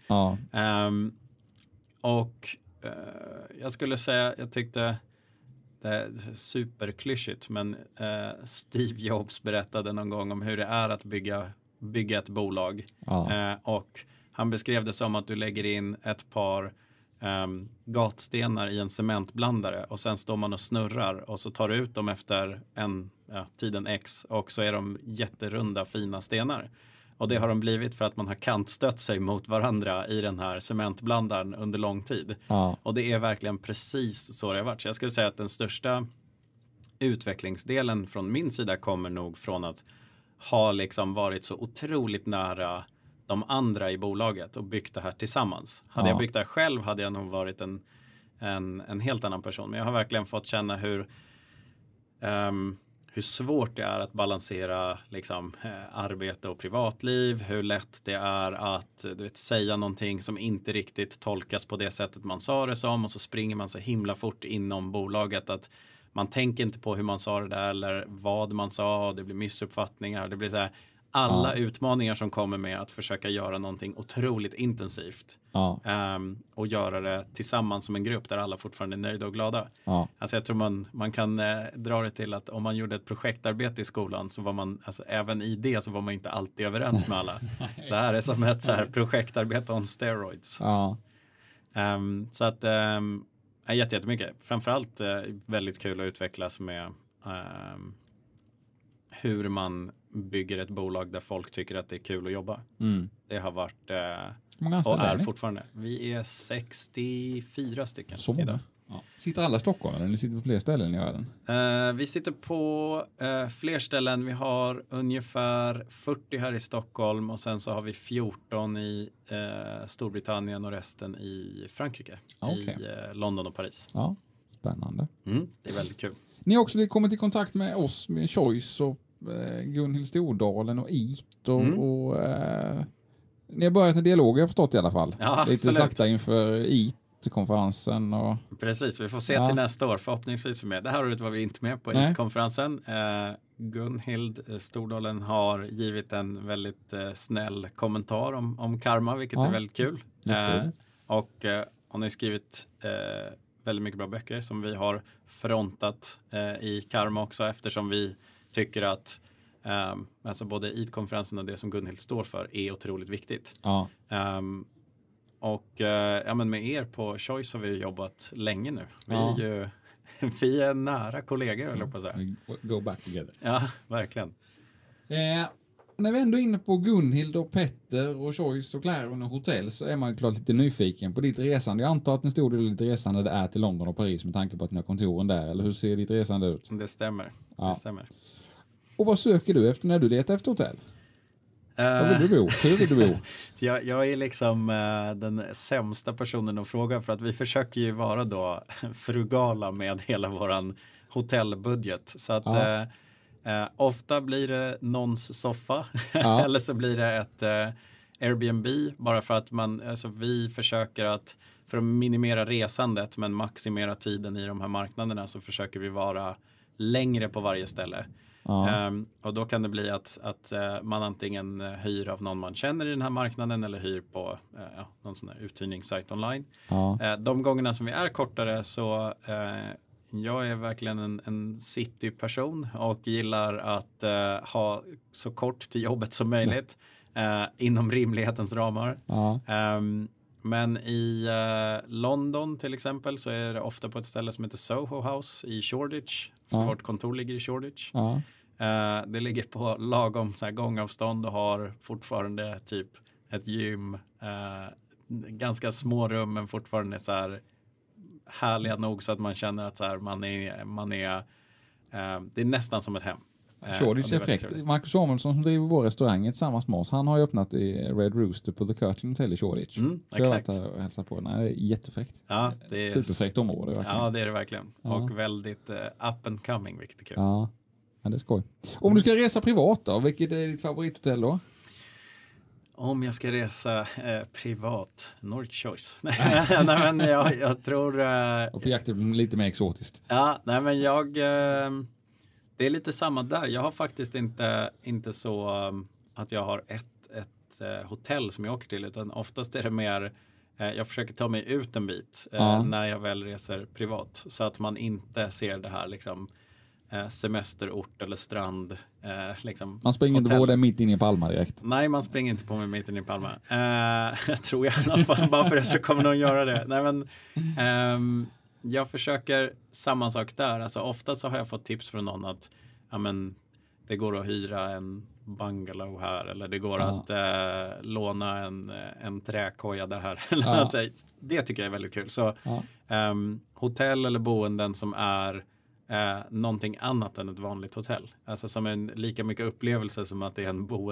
B: Jag skulle säga, jag tyckte det är superklyschigt, men Steve Jobs berättade någon gång om hur det är att bygga ett bolag. Och han beskrev det som att du lägger in ett par gatstenar i en cementblandare och sen står man och snurrar och så tar du ut dem efter tiden X och så är de jätterunda fina stenar. Och det har de blivit för att man har kantstött sig mot varandra i den här cementblandaren under lång tid. Och det är verkligen precis så det har varit. Så jag skulle säga att den största utvecklingsdelen från min sida kommer nog från att ha liksom varit så otroligt nära de andra i bolaget och byggt det här tillsammans. Hade jag byggt det här själv hade jag nog varit en helt annan person. Men jag har verkligen fått känna hur svårt det är att balansera liksom, arbete och privatliv. Hur lätt det är att säga någonting som inte riktigt tolkas på det sättet man sa det som. Och så springer man så himla fort inom bolaget att man tänker inte på hur man sa det där eller vad man sa. Och det blir missuppfattningar. Det blir så här, alla utmaningar som kommer med att försöka göra någonting otroligt intensivt. Och göra det tillsammans som en grupp där alla fortfarande är nöjda och glada. Alltså jag tror man kan dra det till att om man gjorde ett projektarbete i skolan så var man, alltså även i det så var man inte alltid överens med alla. Det här är som ett så här projektarbete on steroids. Så att jättemycket. Framförallt väldigt kul att utvecklas med hur man bygger ett bolag där folk tycker att det är kul att jobba. Det har varit och är fortfarande. Vi är 64 stycken idag.
A: Sitter alla i Stockholm eller ni sitter på fler ställen i världen?
B: Vi sitter på fler ställen. Vi har ungefär 40 här i Stockholm och sen så har vi 14 i Storbritannien och resten i Frankrike. I London och Paris.
A: Ja, spännande.
B: Det är väldigt kul.
A: Ni har också kommit i kontakt med oss, med Choice och Gunhild Stordalen och IT och ni har börjat en dialog, jag har förstått i alla fall.
B: Ja,
A: lite
B: absolut.
A: sakta inför IT-konferensen. Och...
B: Precis, vi får se till nästa år. Förhoppningsvis med. Det här året var vi inte med på IT-konferensen. Gunhild Stordalen har givit en väldigt snäll kommentar om karma, vilket är väldigt kul. Och hon har skrivit väldigt mycket bra böcker som vi har frontat i karma också, eftersom vi tycker att alltså både IT-konferensen och det som Gunhild står för är otroligt viktigt. Och men med er på Choice har vi jobbat länge nu. Vi är nära kollegor, eller på så här.
A: Go back together.
B: Ja, verkligen.
A: När vi ändå är inne på Gunhild och Petter och Choice och Clarion och hotell så är man klart lite nyfiken på ditt resande. Jag antar att en stor del av ditt resande är till London och Paris med tanke på att ni har kontoren där. Eller hur ser ditt resande ut?
B: Det stämmer. Det stämmer.
A: Och vad söker du efter när du letar efter hotell? Var vill du bo? Hur vill du bo?
B: Jag är liksom den sämsta personen att fråga, för att vi försöker ju vara då frugala med hela våran hotellbudget. Så att ofta blir det någons soffa eller så blir det ett Airbnb, bara för att vi försöker att, för att minimera resandet men maximera tiden i de här marknaderna, så försöker vi vara längre på varje ställe. Och då kan det bli att man antingen hyr av någon man känner i den här marknaden eller hyr på någon sån här uthyrningssajt online. De gångerna som vi är kortare så jag är verkligen en cityperson och gillar att ha så kort till jobbet som möjligt inom rimlighetens ramar. Men i London till exempel så är det ofta på ett ställe som heter Soho House i Shoreditch. Vårt kontor ligger i Shoreditch. Det ligger på lagom så här gångavstånd och har fortfarande typ ett gym. Ganska små rum men fortfarande så här härliga nog så att man känner att så här, man är det är nästan som ett hem.
A: Shoreditch är fräckt. Marcus Samuelsson som driver vår restaurang tillsammans med oss, han har ju öppnat i Red Rooster på The Curtain Hotel i Shoreditch. Så jag har varit där och hälsat på. Nej, det är jättefräckt.
B: Ja, det är
A: superfräckt område verkligen.
B: Ja, det är det verkligen. Och väldigt up and coming, vilket är kul.
A: Ja, det är skoj. Om du ska resa privat då, vilket är ditt favorithotell då?
B: Om jag ska resa privat, Nordic Choice. Nej, men jag tror...
A: och på jakten lite mer exotiskt.
B: Ja, nej men det är lite samma där. Jag har faktiskt inte så att jag har ett hotell som jag åker till, utan oftast är det mer jag försöker ta mig ut en bit när jag väl reser privat, så att man inte ser det här liksom semesterort eller strand liksom. Man
A: springer inte på det mitt inne i Palma direkt.
B: Nej, man springer inte på mig mitt inne i Palma. Jag tror jag i alla fall, bara för det så kommer någon göra det. Nej, men jag försöker samma sak där. Alltså ofta så har jag fått tips från någon att det går att hyra en bungalow här, eller det går att låna en träkoja där. Det tycker jag är väldigt kul. Så hotell eller boenden som är någonting annat än ett vanligt hotell. Alltså som en lika mycket upplevelse som att det är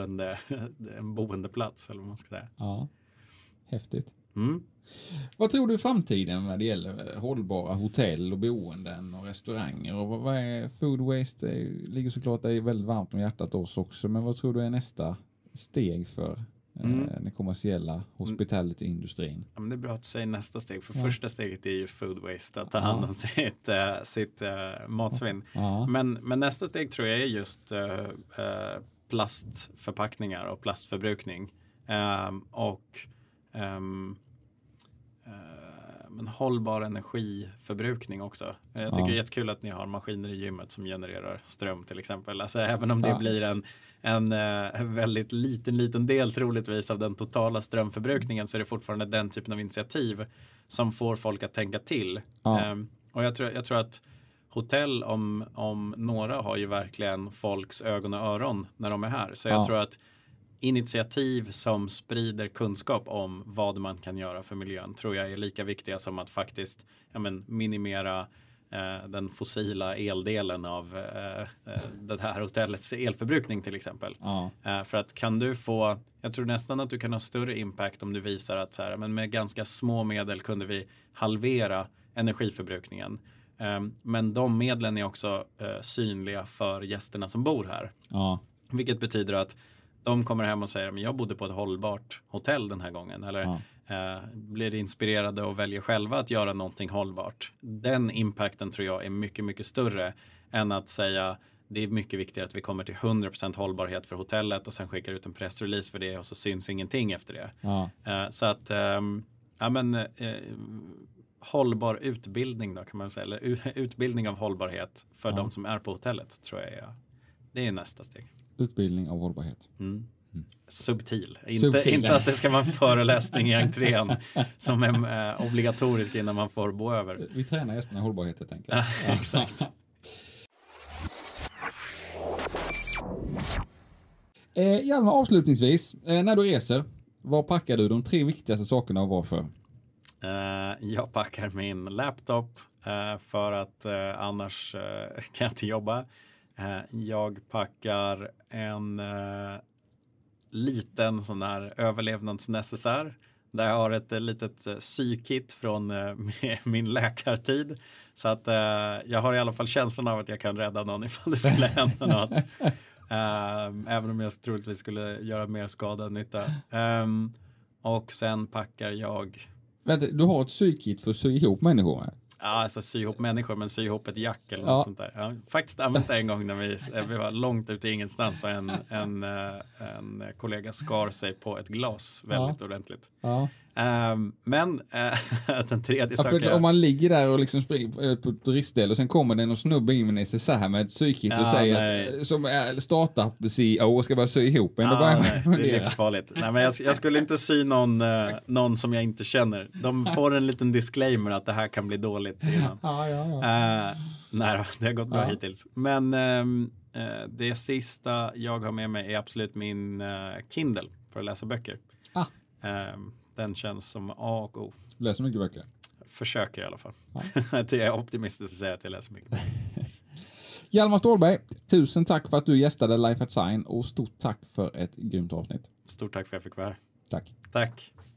B: en boendeplats, eller vad man ska säga. Ja,
A: häftigt. Vad tror du i framtiden när det gäller hållbara hotell och boenden och restauranger? Och vad är food waste? Det ligger såklart det är väldigt varmt om hjärtat oss också. Men vad tror du är nästa steg för den kommersiella hospitality-industrin?
B: Ja, men det är bra att du säger nästa steg. För första steget är ju food waste. Att ta hand om sitt matsvinn. Men nästa steg tror jag är just plastförpackningar och plastförbrukning. Men hållbar energiförbrukning också. Jag tycker det är jättekul att ni har maskiner i gymmet som genererar ström till exempel. Alltså, även om det blir en väldigt liten del troligtvis av den totala strömförbrukningen, så är det fortfarande den typen av initiativ som får folk att tänka till. Och jag tror att hotell om några har ju verkligen folks ögon och öron när de är här. Så jag tror att initiativ som sprider kunskap om vad man kan göra för miljön tror jag är lika viktiga som att faktiskt minimera den fossila eldelen av det här hotellets elförbrukning till exempel. För att jag tror nästan att du kan ha större impact om du visar att så här, men med ganska små medel kunde vi halvera energiförbrukningen. Men de medlen är också synliga för gästerna som bor här. Vilket betyder att de kommer hem och säger, men jag bodde på ett hållbart hotell den här gången. Eller blir inspirerade och väljer själva att göra någonting hållbart. Den impacten tror jag är mycket, mycket större än att säga, det är mycket viktigare att vi kommer till 100% hållbarhet för hotellet och sen skickar ut en pressrelease för det och så syns ingenting efter det. Så att, hållbar utbildning då kan man säga. Eller utbildning av hållbarhet för de som är på hotellet tror jag det är nästa steg.
A: Utbildning av hållbarhet.
B: Subtil. Inte att det ska vara en föreläsning i entrén som är obligatorisk innan man får bo över.
A: Vi tränar gästerna i hållbarhet helt enkelt.
B: Exakt.
A: Hjalmar, avslutningsvis, när du reser, vad packar du de 3 viktigaste sakerna och varför?
B: Jag packar min laptop för att annars kan jag inte jobba. Jag packar en liten sån här överlevnadsnecessär där jag har ett litet sykit från min läkartid. Så att jag har i alla fall känslan av att jag kan rädda någon ifall det skulle hända något. Även om jag troligtvis skulle göra mer skada än nytta. Och sen packar jag...
A: Vänta, du har ett sykit för att sy ihop människor med?
B: Ja, alltså sy ihop människor, men sy ihop ett jack eller något sånt där. Jag har faktiskt använt det en gång när vi var långt ute i ingenstans och en kollega skar sig på ett glas väldigt ordentligt. Men den tredje saken...
A: Om man ligger där och liksom springer på ett turistställe och sen kommer det någon snubbe in med så här med ett psykit och säger som är startup-CEO och ska bara sy ihop en.
B: Det är livsfarligt. Nej, men jag skulle inte sy någon som jag inte känner. De får en liten disclaimer att det här kan bli dåligt innan. Nej, det har gått bra hittills. Men det sista jag har med mig är absolut min Kindle för att läsa böcker. Den känns som A och O.
A: Läser mycket böcker?
B: Försöker i alla fall. Jag är optimistisk att säga att jag läser mycket.
A: Hjalmar Ståhlberg, tusen tack för att du gästade Life at Sign och stort tack för ett grymt avsnitt.
B: Stort tack för att jag fick vara här.
A: Tack.
B: Tack.